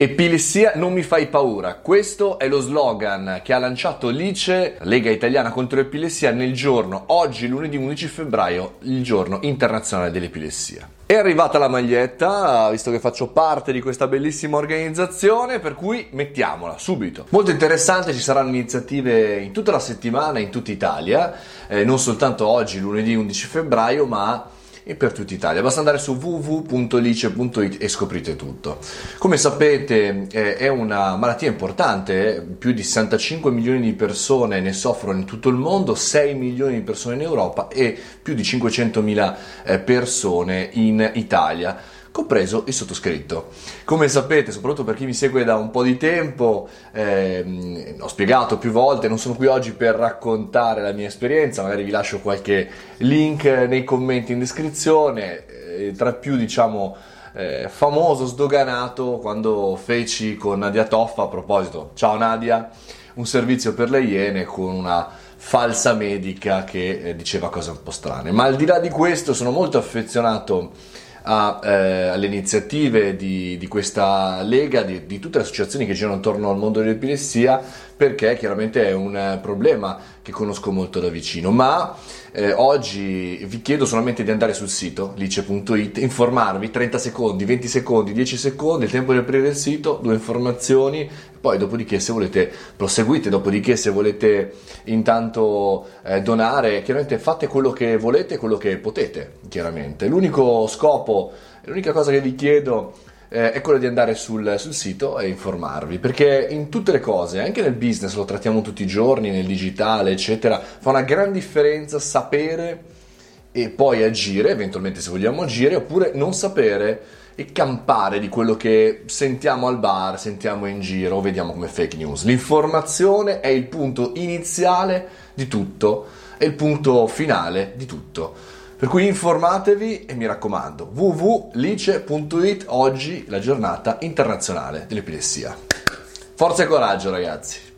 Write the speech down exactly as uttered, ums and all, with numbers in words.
Epilessia non mi fai paura, questo è lo slogan che ha lanciato l'I C E, Lega Italiana contro l'Epilessia, nel giorno, oggi lunedì undici febbraio, il giorno internazionale dell'epilessia. È arrivata la maglietta, visto che faccio parte di questa bellissima organizzazione, per cui mettiamola subito. Molto interessante, ci saranno iniziative in tutta la settimana, in tutta Italia, eh, non soltanto oggi lunedì undici febbraio, ma e per tutta Italia. Basta andare su w w w punto lice punto it e scoprite tutto. Come sapete eh, è una malattia importante, eh? Più di sessantacinque milioni di persone ne soffrono in tutto il mondo, sei milioni di persone in Europa e più di cinquecentomila eh, persone in Italia, compreso il sottoscritto. Come sapete, soprattutto per chi mi segue da un po' di tempo, ehm, ho spiegato più volte, non sono qui oggi per raccontare la mia esperienza, magari vi lascio qualche link nei commenti in descrizione, eh, tra più diciamo eh, famoso, sdoganato, quando feci con Nadia Toffa, a proposito, ciao Nadia, un servizio per le Iene con una falsa medica che eh, diceva cose un po' strane. Ma al di là di questo sono molto affezionato A, eh, alle iniziative di, di questa lega, di, di tutte le associazioni che girano attorno al mondo dell'epilessia, perché chiaramente è un problema che conosco molto da vicino. Ma eh, oggi vi chiedo solamente di andare sul sito lice punto it, informarvi, trenta secondi, venti secondi, dieci secondi, il tempo di aprire il sito, due informazioni, poi dopodiché se volete proseguite, dopodiché se volete intanto eh, donare, chiaramente fate quello che volete, quello che potete, chiaramente. L'unico scopo, l'unica cosa che vi chiedo eh, è quello di andare sul, sul sito e informarvi, perché in tutte le cose, anche nel business, lo trattiamo tutti i giorni, nel digitale, eccetera, fa una gran differenza sapere e poi agire, eventualmente se vogliamo agire, oppure non sapere e campare di quello che sentiamo al bar, sentiamo in giro o vediamo come fake news. L'informazione è il punto iniziale di tutto, è il punto finale di tutto. Per cui informatevi e mi raccomando, w w w punto lice punto it, oggi la giornata internazionale dell'epilessia. Forza e coraggio ragazzi!